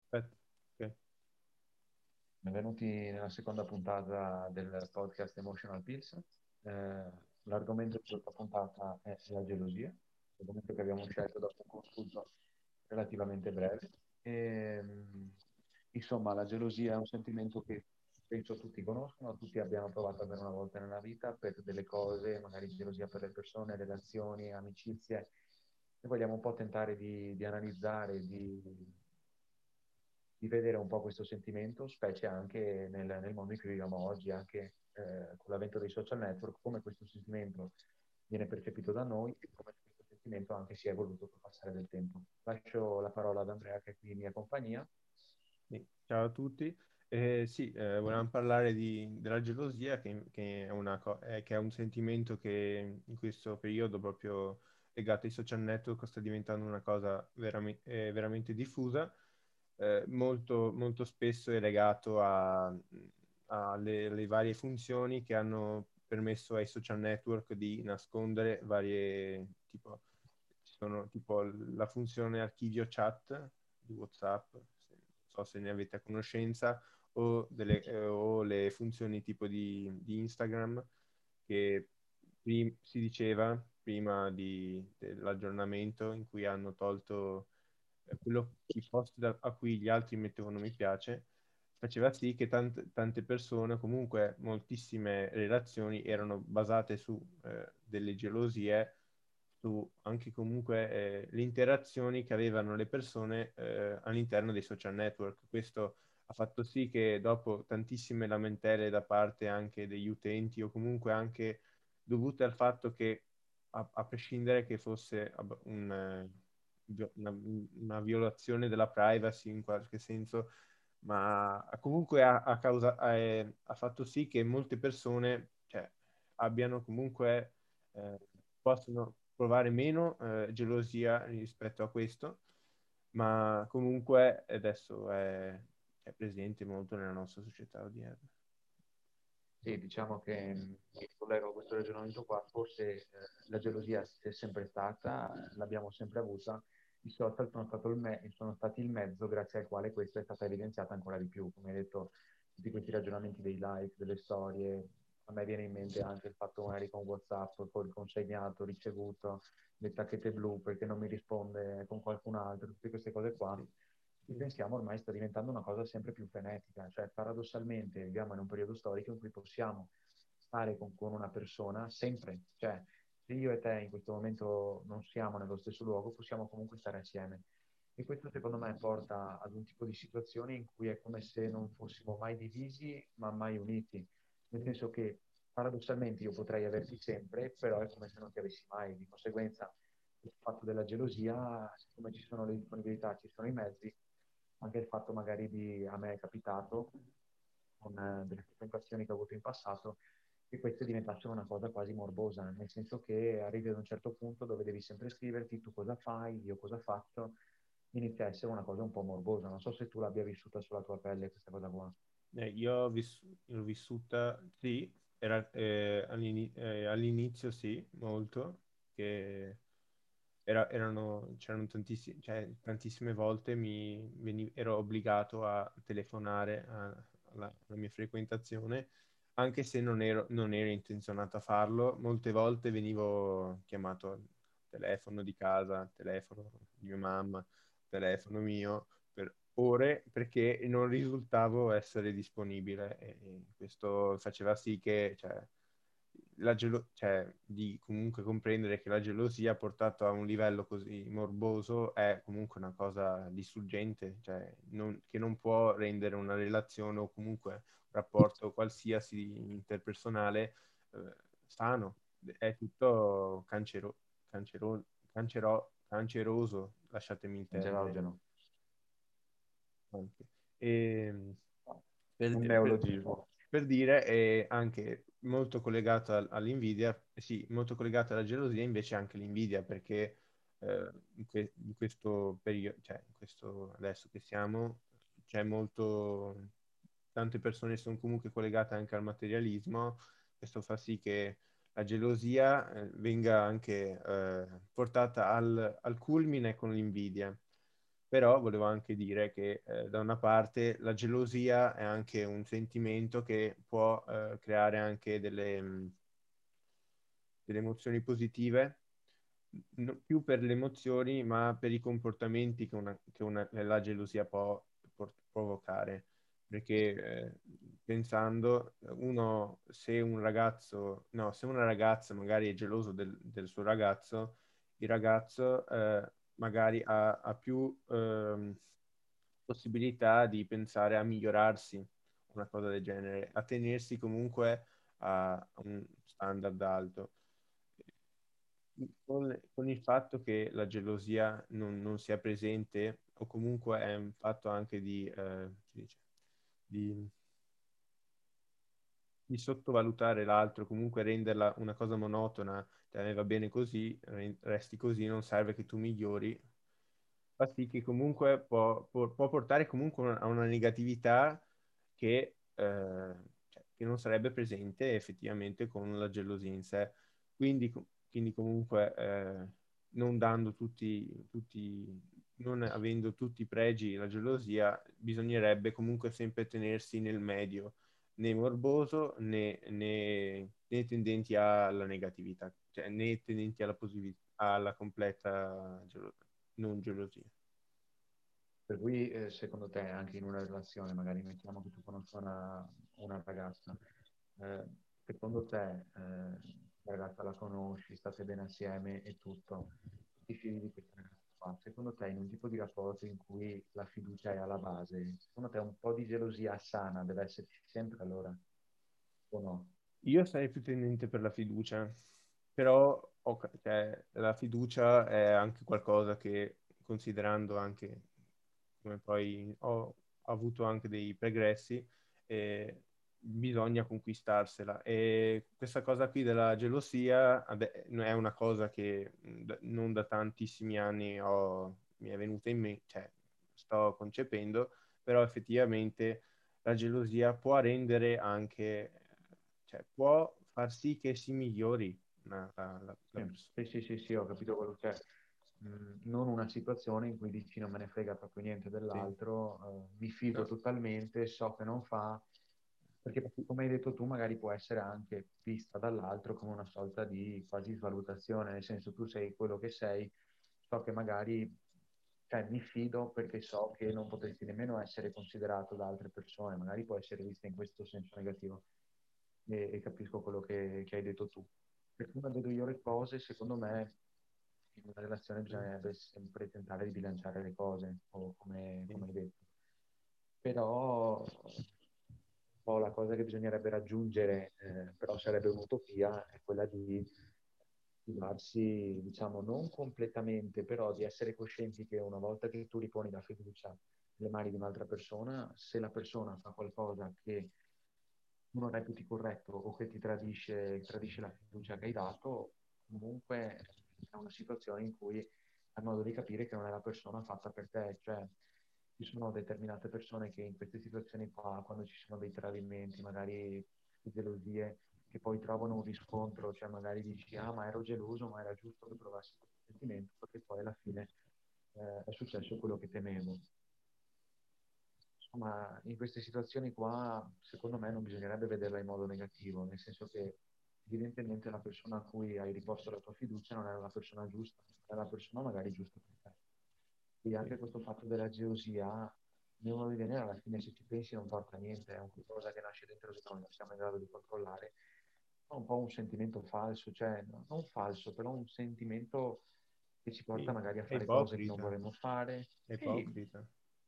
Aspetta, ok. Benvenuti nella seconda puntata del podcast Emotional Pills. L'argomento di questa puntata è la gelosia, l'argomento che abbiamo scelto dopo un consulto relativamente breve. Insomma, la gelosia è un sentimento che penso tutti conoscono, tutti abbiamo provato ad avere una volta nella vita per delle cose, magari gelosia per le persone, relazioni, amicizie. E vogliamo un po' tentare di analizzare, di vedere un po' questo sentimento, specie anche nel mondo in cui viviamo oggi, anche con l'avvento dei social network, come questo sentimento viene percepito da noi e come questo sentimento anche si è evoluto col passare del tempo. Lascio la parola ad Andrea che è qui in mia compagnia. Sì, ciao a tutti. Sì, volevamo parlare della gelosia, che è che è un sentimento che in questo periodo, proprio legato ai social network, sta diventando una cosa veramente diffusa. Molto spesso è legato alle varie funzioni che hanno permesso ai social network di nascondere varie, tipo, ci sono tipo la funzione archivio chat di WhatsApp, non so se ne avete a conoscenza, o le funzioni tipo di Instagram, che si diceva prima dell'aggiornamento in cui hanno tolto i post a cui gli altri mettevano mi piace, faceva sì che tante persone, comunque moltissime relazioni erano basate su delle gelosie, su anche comunque le interazioni che avevano le persone all'interno dei social network. Questo ha fatto sì che dopo tantissime lamentele da parte anche degli utenti o comunque anche dovute al fatto che a prescindere che fosse una violazione della privacy in qualche senso, ma comunque ha fatto sì che molte persone, cioè, abbiano comunque, eh, possono provare meno gelosia rispetto a questo, ma comunque adesso è presente molto nella nostra società odierna. Sì, diciamo che collego questo ragionamento qua, forse la gelosia c'è sempre stata, l'abbiamo sempre avuta, i social sono stati il mezzo grazie al quale questa è stata evidenziata ancora di più, come hai detto, tutti questi ragionamenti dei like, delle storie, a me viene in mente anche il fatto magari con WhatsApp, col consegnato, ricevuto, le tacchette blu perché non mi risponde con qualcun altro, tutte queste cose qua che pensiamo ormai sta diventando una cosa sempre più frenetica, cioè paradossalmente viviamo in un periodo storico in cui possiamo stare con una persona sempre, cioè se io e te in questo momento non siamo nello stesso luogo, possiamo comunque stare assieme. E questo secondo me porta ad un tipo di situazione in cui è come se non fossimo mai divisi, ma mai uniti. Nel senso che paradossalmente io potrei averti sempre, però è come se non ti avessi mai. Di conseguenza, il fatto della gelosia, siccome ci sono le disponibilità, ci sono i mezzi, anche il fatto magari a me è capitato, con delle frequentazioni che ho avuto in passato, che queste diventassero una cosa quasi morbosa, nel senso che arrivi ad un certo punto dove devi sempre scriverti tu cosa fai, io cosa faccio, inizia a essere una cosa un po' morbosa. Non so se tu l'abbia vissuta sulla tua pelle questa cosa qua. Io l'ho vissuta, sì, all'inizio sì, molto, che c'erano cioè, tantissime volte ero obbligato a telefonare alla mia frequentazione, anche se non ero intenzionato a farlo. Molte volte venivo chiamato al telefono di casa, al telefono di mia mamma, al telefono mio, per ore perché non risultavo essere disponibile e questo faceva sì che, cioè, cioè, di comunque comprendere che la gelosia portato a un livello così morboso è comunque una cosa distruggente, cioè, che non può rendere una relazione o comunque un rapporto qualsiasi interpersonale sano. È tutto canceroso, lasciatemi il termine. Cancerogeno. Anche. E, Un per, per- neologismo. per dire, è anche molto collegato all'invidia, sì, molto collegato alla gelosia, invece anche l'invidia, perché in questo periodo, cioè in questo adesso che siamo, c'è molto, tante persone sono comunque collegate anche al materialismo, questo fa sì che la gelosia venga anche portata al culmine con l'invidia. Però volevo anche dire che da una parte la gelosia è anche un sentimento che può creare anche delle emozioni positive, più per le emozioni, ma per i comportamenti che la gelosia può provocare. Perché pensando, se un ragazzo, no, se una ragazza magari è geloso del suo ragazzo, il ragazzo magari ha più possibilità di pensare a migliorarsi, una cosa del genere, a tenersi comunque a un standard alto. Con il fatto che la gelosia non sia presente, o comunque è un fatto anche si dice, di, di sottovalutare l'altro, comunque renderla una cosa monotona, cioè a me va bene così, resti così, non serve che tu migliori, fa sì che comunque può portare comunque a una negatività che non sarebbe presente effettivamente con la gelosia in sé. Quindi comunque non dando non avendo tutti i pregi la gelosia, bisognerebbe comunque sempre tenersi nel medio, né morboso né tendenti alla negatività, cioè né tendenti alla completa non gelosia. Per cui, secondo te, anche in una relazione, magari mettiamo che tu conosca una ragazza, eh, secondo te, la ragazza la conosci, state bene assieme e tutto, ti fidi di questa ragazza qua? Secondo te, in un tipo di rapporto in cui la fiducia è alla base, secondo te un po' di gelosia sana deve esserci sempre allora, o no? Io sarei più tendente per la fiducia, però cioè, la fiducia è anche qualcosa che, considerando anche come poi ho avuto anche dei pregressi, bisogna conquistarsela. E questa cosa qui della gelosia è una cosa che non da tantissimi anni mi è venuta in mente, cioè sto concependo, però effettivamente la gelosia può rendere anche, cioè può far sì che si migliori la Sì, persona. sì, sì, sì, sì, ho capito quello che è. Non una situazione in cui dici non me ne frega proprio niente Sì. dell'altro, mi fido No, totalmente, so che non fa, perché come hai detto tu, magari può essere anche vista dall'altro come una sorta di quasi svalutazione, nel senso tu sei quello che sei, so che magari, cioè mi fido perché so che non potresti nemmeno essere considerato da altre persone, magari può essere vista in questo senso negativo e capisco quello che hai detto tu. Per come vedo io le cose, secondo me in una relazione sì, bisognerebbe sempre tentare di bilanciare le cose, o sì. come hai detto. Però un po' la cosa che bisognerebbe raggiungere, però sarebbe un'utopia, è quella di fidarsi, diciamo, non completamente, però di essere coscienti che una volta che tu riponi la fiducia nelle mani di un'altra persona, se la persona fa qualcosa che tu non reputi corretto o che ti tradisce la fiducia che hai dato, comunque è una situazione in cui hai modo di capire che non è la persona fatta per te. Cioè, ci sono determinate persone che in queste situazioni qua, quando ci sono dei tradimenti, magari gelosie, che poi trovano un riscontro, cioè magari dici, ah, ma ero geloso, ma era giusto che provassi questo sentimento, perché poi alla fine è successo quello che temevo. Insomma, in queste situazioni qua, secondo me, non bisognerebbe vederla in modo negativo, nel senso che evidentemente la persona a cui hai riposto la tua fiducia non era la persona giusta, era la persona magari giusta per te. Quindi Sì. anche questo fatto della gelosia, nel modo di vedere, alla fine se ci pensi non porta a niente, è un qualcosa che nasce dentro di noi, non siamo in grado di controllare. È un po' un sentimento falso, cioè non falso, però un sentimento che ci porta Sì, magari a è fare cose che non ipocrita, vorremmo fare. è Sì, ipocrita.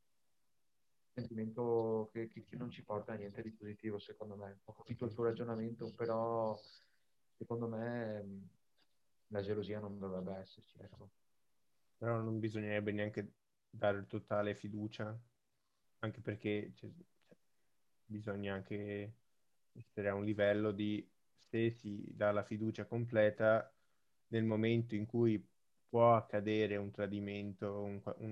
sentimento che non ci porta a niente di positivo, secondo me. Ho capito il tuo ragionamento, però secondo me la gelosia non dovrebbe esserci, ecco. Però non bisognerebbe neanche dare totale fiducia, anche perché bisogna anche essere a un livello di, se si dà la fiducia completa, nel momento in cui può accadere un tradimento,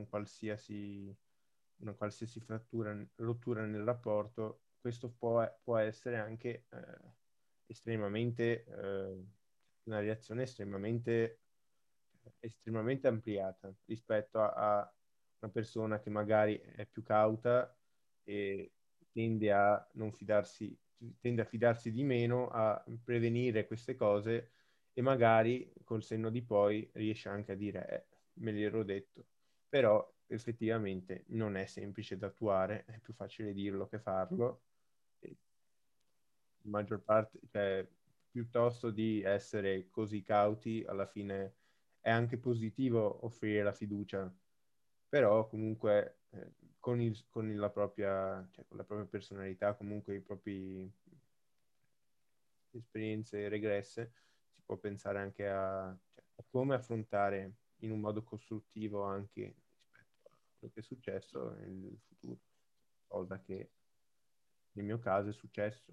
una qualsiasi rottura nel rapporto, questo può essere anche estremamente, una reazione estremamente ampliata rispetto a una persona che magari è più cauta e tende a non fidarsi, tende a fidarsi di meno, a prevenire queste cose e magari col senno di poi riesce anche a dire, me l'ero detto. Però effettivamente non è semplice da attuare, è più facile dirlo che farlo. E la maggior parte, cioè, piuttosto di essere così cauti, alla fine è anche positivo offrire la fiducia, però comunque la propria, cioè, con la propria personalità, comunque i propri esperienze regresse, si può pensare anche cioè, a come affrontare in un modo costruttivo anche rispetto a quello che è successo nel futuro, cosa che nel mio caso è successo.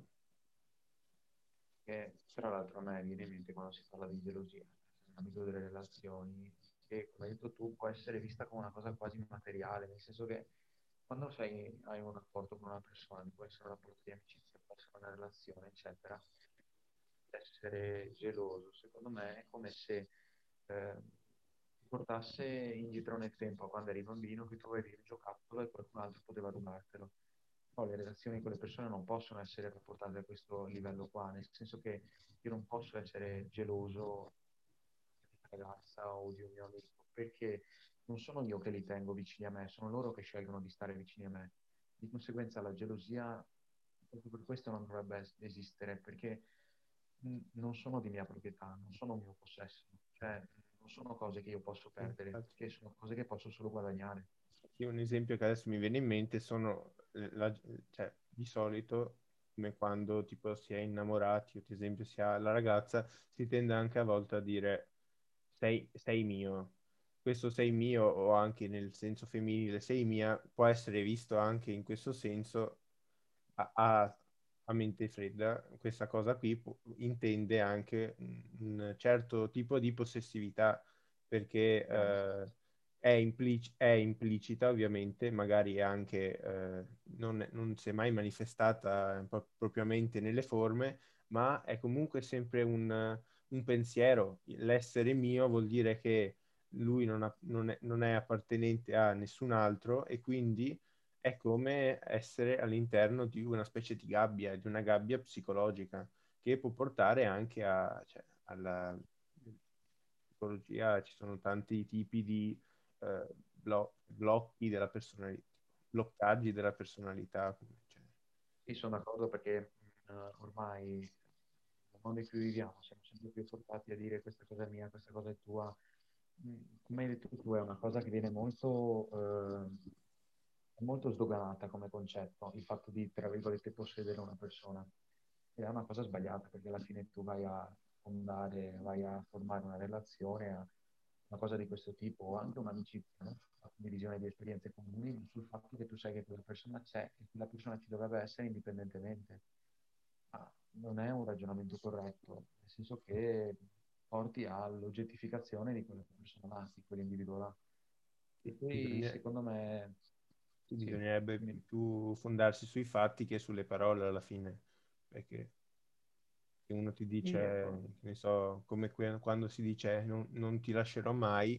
Che tra l'altro a me viene in mente quando si parla di gelosia, nell'ambito delle relazioni, che come hai detto tu può essere vista come una cosa quasi immateriale, nel senso che quando hai un rapporto con una persona, può essere un rapporto di amicizia, può essere una relazione, eccetera, essere geloso, secondo me è come se ti portasse indietro nel tempo, quando eri bambino, che tu avevi un giocattolo e qualcun altro poteva rubartelo. No, le relazioni con le persone non possono essere rapportate a questo livello qua, nel senso che io non posso essere geloso di una ragazza o di un mio amico, perché non sono io che li tengo vicini a me, sono loro che scelgono di stare vicini a me. Di conseguenza la gelosia, proprio per questo non dovrebbe esistere, perché non sono di mia proprietà, non sono un mio possesso, cioè non sono cose che io posso perdere, Infatti, perché sono cose che posso solo guadagnare. io un esempio che adesso mi viene in mente sono, cioè, di solito, come quando tipo si è innamorati, o ad esempio si ha la ragazza, si tende anche a volte a dire sei mio. Questo sei mio, o anche nel senso femminile, sei mia, può essere visto anche in questo senso a mente fredda. Questa cosa qui intende anche un certo tipo di possessività, perché Chiaro? è implicita ovviamente, magari è anche non si è mai manifestata propriamente nelle forme, ma è comunque sempre un pensiero. L'essere mio vuol dire che lui non è appartenente a nessun altro e quindi è come essere all'interno di una specie di gabbia, di una gabbia psicologica, che può portare anche cioè, alla psicologia. Ci sono tanti tipi di blocchi della personalità, bloccaggi della personalità. Cioè, Sì, sono d'accordo perché ormai nel mondo in cui viviamo siamo sempre più portati a dire questa cosa è mia, questa cosa è tua. Come hai detto tu, è una cosa che viene molto sdoganata come concetto, il fatto di, tra virgolette, possedere una persona. Ed è una cosa sbagliata perché alla fine tu vai a fondare, vai a formare una relazione, una cosa di questo tipo, o anche un'amicizia, no? Una condivisione di esperienze comuni sul fatto che tu sai che quella persona c'è e quella persona ci dovrebbe essere indipendentemente. Ma non è un ragionamento corretto, nel senso che porti all'oggettificazione di quella persona là, di quell'individuo là. E sì, poi, secondo me, sì, sì, bisognerebbe quindi più fondarsi sui fatti che sulle parole alla fine, perché se uno ti sì, ecco. dice, che ne so, come quando si dice non ti lascerò mai.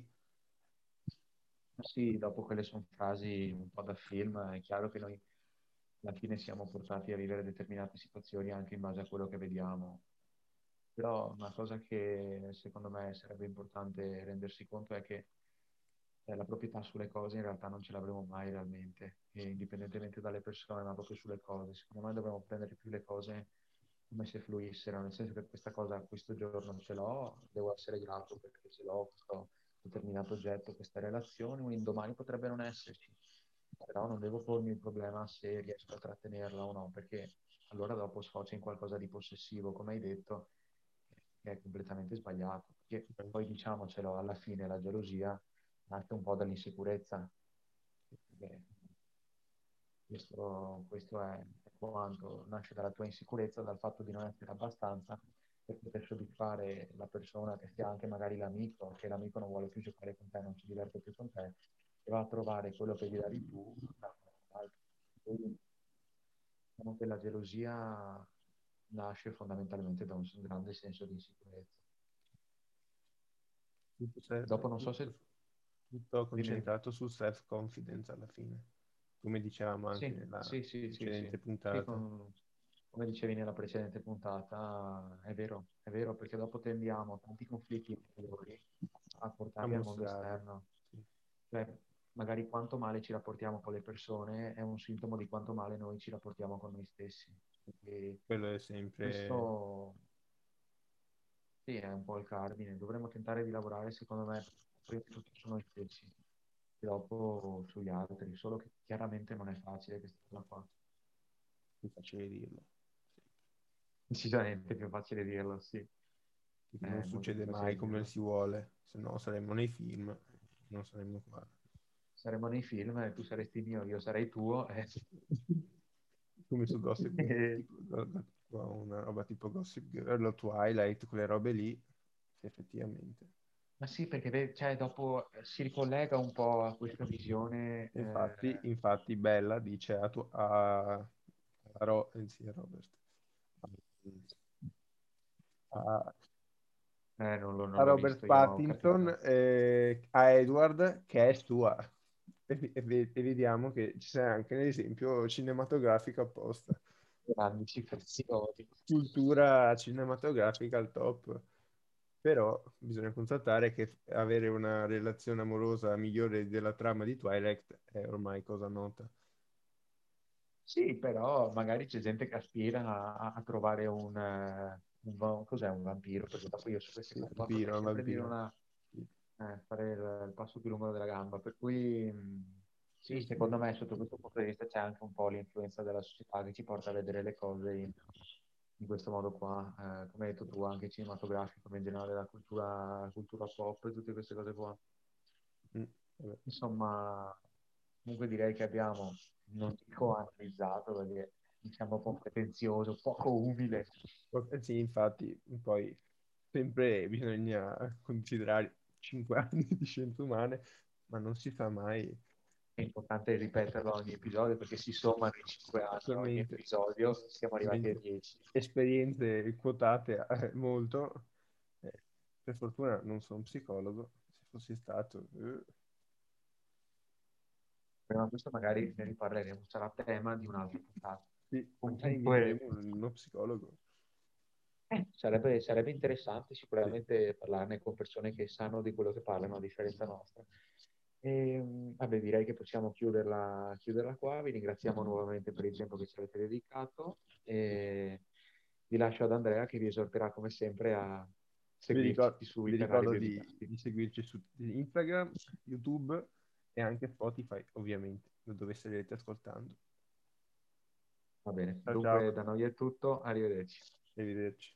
Sì, dopo quelle sono frasi un po' da film, è chiaro che noi alla fine siamo portati a vivere determinate situazioni anche in base a quello che vediamo. Però una cosa che secondo me sarebbe importante rendersi conto è che la proprietà sulle cose in realtà non ce l'avremo mai realmente, e indipendentemente dalle persone, ma proprio sulle cose. Secondo me dovremmo prendere più le cose come se fluissero, nel senso che questa cosa questo giorno ce l'ho, devo essere grato perché ce l'ho, questo determinato oggetto, questa relazione, un indomani potrebbe non esserci, però non devo pormi il problema se riesco a trattenerla o no, perché allora dopo sfocia in qualcosa di possessivo, come hai detto, che è completamente sbagliato. Perché poi diciamocelo, alla fine la gelosia nasce un po' dall'insicurezza. Perché questo è quanto nasce dalla tua insicurezza, dal fatto di non essere abbastanza per poter soddisfare la persona che sia anche magari l'amico, che l'amico non vuole più giocare con te, non si diverte più con te, e va a trovare quello che gli davi tu da qualcun altro. Quindi diciamo che la gelosia nasce fondamentalmente da un grande senso di insicurezza. Dopo non so se... tutto Dimmi. concentrato sul self-confidence alla fine, come dicevamo anche Sì, nella sì, sì, sì, sì. precedente Sì, puntata. come dicevi nella precedente puntata, è vero, perché dopo tendiamo tanti conflitti interiori a A portarli al mondo mostrarli. esterno. Sì, Cioè, magari quanto male ci rapportiamo con le persone è un sintomo di quanto male noi ci rapportiamo con noi stessi. Quindi quello è sempre... questo sì, è un po' il cardine. Dovremmo tentare di lavorare, secondo me, prima di tutto su noi stessi e dopo sugli altri, solo che chiaramente non è facile questa cosa qua. più facile dirlo. Decisamente più facile dirlo, sì. Perché non È molto più succede facile mai come dirlo. si vuole, se no saremmo nei film, non saremmo qua. Saremo nei film e tu saresti mio, io sarei tuo. Come su Gossip Girl, E- tipo, una roba tipo Gossip Girl o Twilight, quelle robe lì, sì, effettivamente. Ma sì, perché cioè, dopo si ricollega un po' a questa visione. Infatti Bella dice sì, a Robert, a, Non a l'ho Robert visto, io ho Pattinson, capito. a Edward che è sua. E vediamo che ci sia anche l'esempio cinematografico apposta. Grandi cifrazioni. Cultura cinematografica al top. Però bisogna constatare che avere una relazione amorosa migliore della trama di Twilight è ormai cosa nota. Sì, però magari c'è gente che aspira a trovare cos'è un vampiro? Perché dopo io su queste Sì, cose qua potrei vampiro, un sempre dire vampiro. Sì. fare il passo più lungo della gamba. Per cui sì, secondo me sotto questo punto di vista c'è anche un po' l'influenza della società che ci porta a vedere le cose in questo modo qua. Come hai detto tu, anche cinematografico, ma in generale la cultura pop e tutte queste cose qua. Mm, vabbè. Insomma, comunque direi che abbiamo, non dico analizzato, perché diciamo un po' pretenzioso, poco umile. Sì, infatti, poi sempre bisogna considerare 5 anni di scienze umane, ma non si fa mai. È importante ripeterlo ogni episodio perché si sommano i 5 anni a ogni Attualmente, episodio, siamo arrivati a attualmente 10. esperienze quotate molto. Eh, per fortuna non sono psicologo, se fossi stato... Ma questo magari ne riparleremo, sarà tema di un'altra puntata. Sì, magari Comunque, inviteremo uno psicologo. sarebbe interessante Sì. sicuramente parlarne con persone che sanno di quello che parlano, a differenza nostra. E, vabbè, direi che possiamo chiuderla qua. Vi ringraziamo nuovamente per il tempo che ci avete dedicato e vi lascio ad Andrea che vi esorterà come sempre a seguirci sui Vi canali ricordo dedicati. di seguirci su Instagram, YouTube e anche Spotify, ovviamente, da dove starete ascoltando. Va bene, Ciao ciao, dunque da noi è tutto, arrivederci. arrivederci.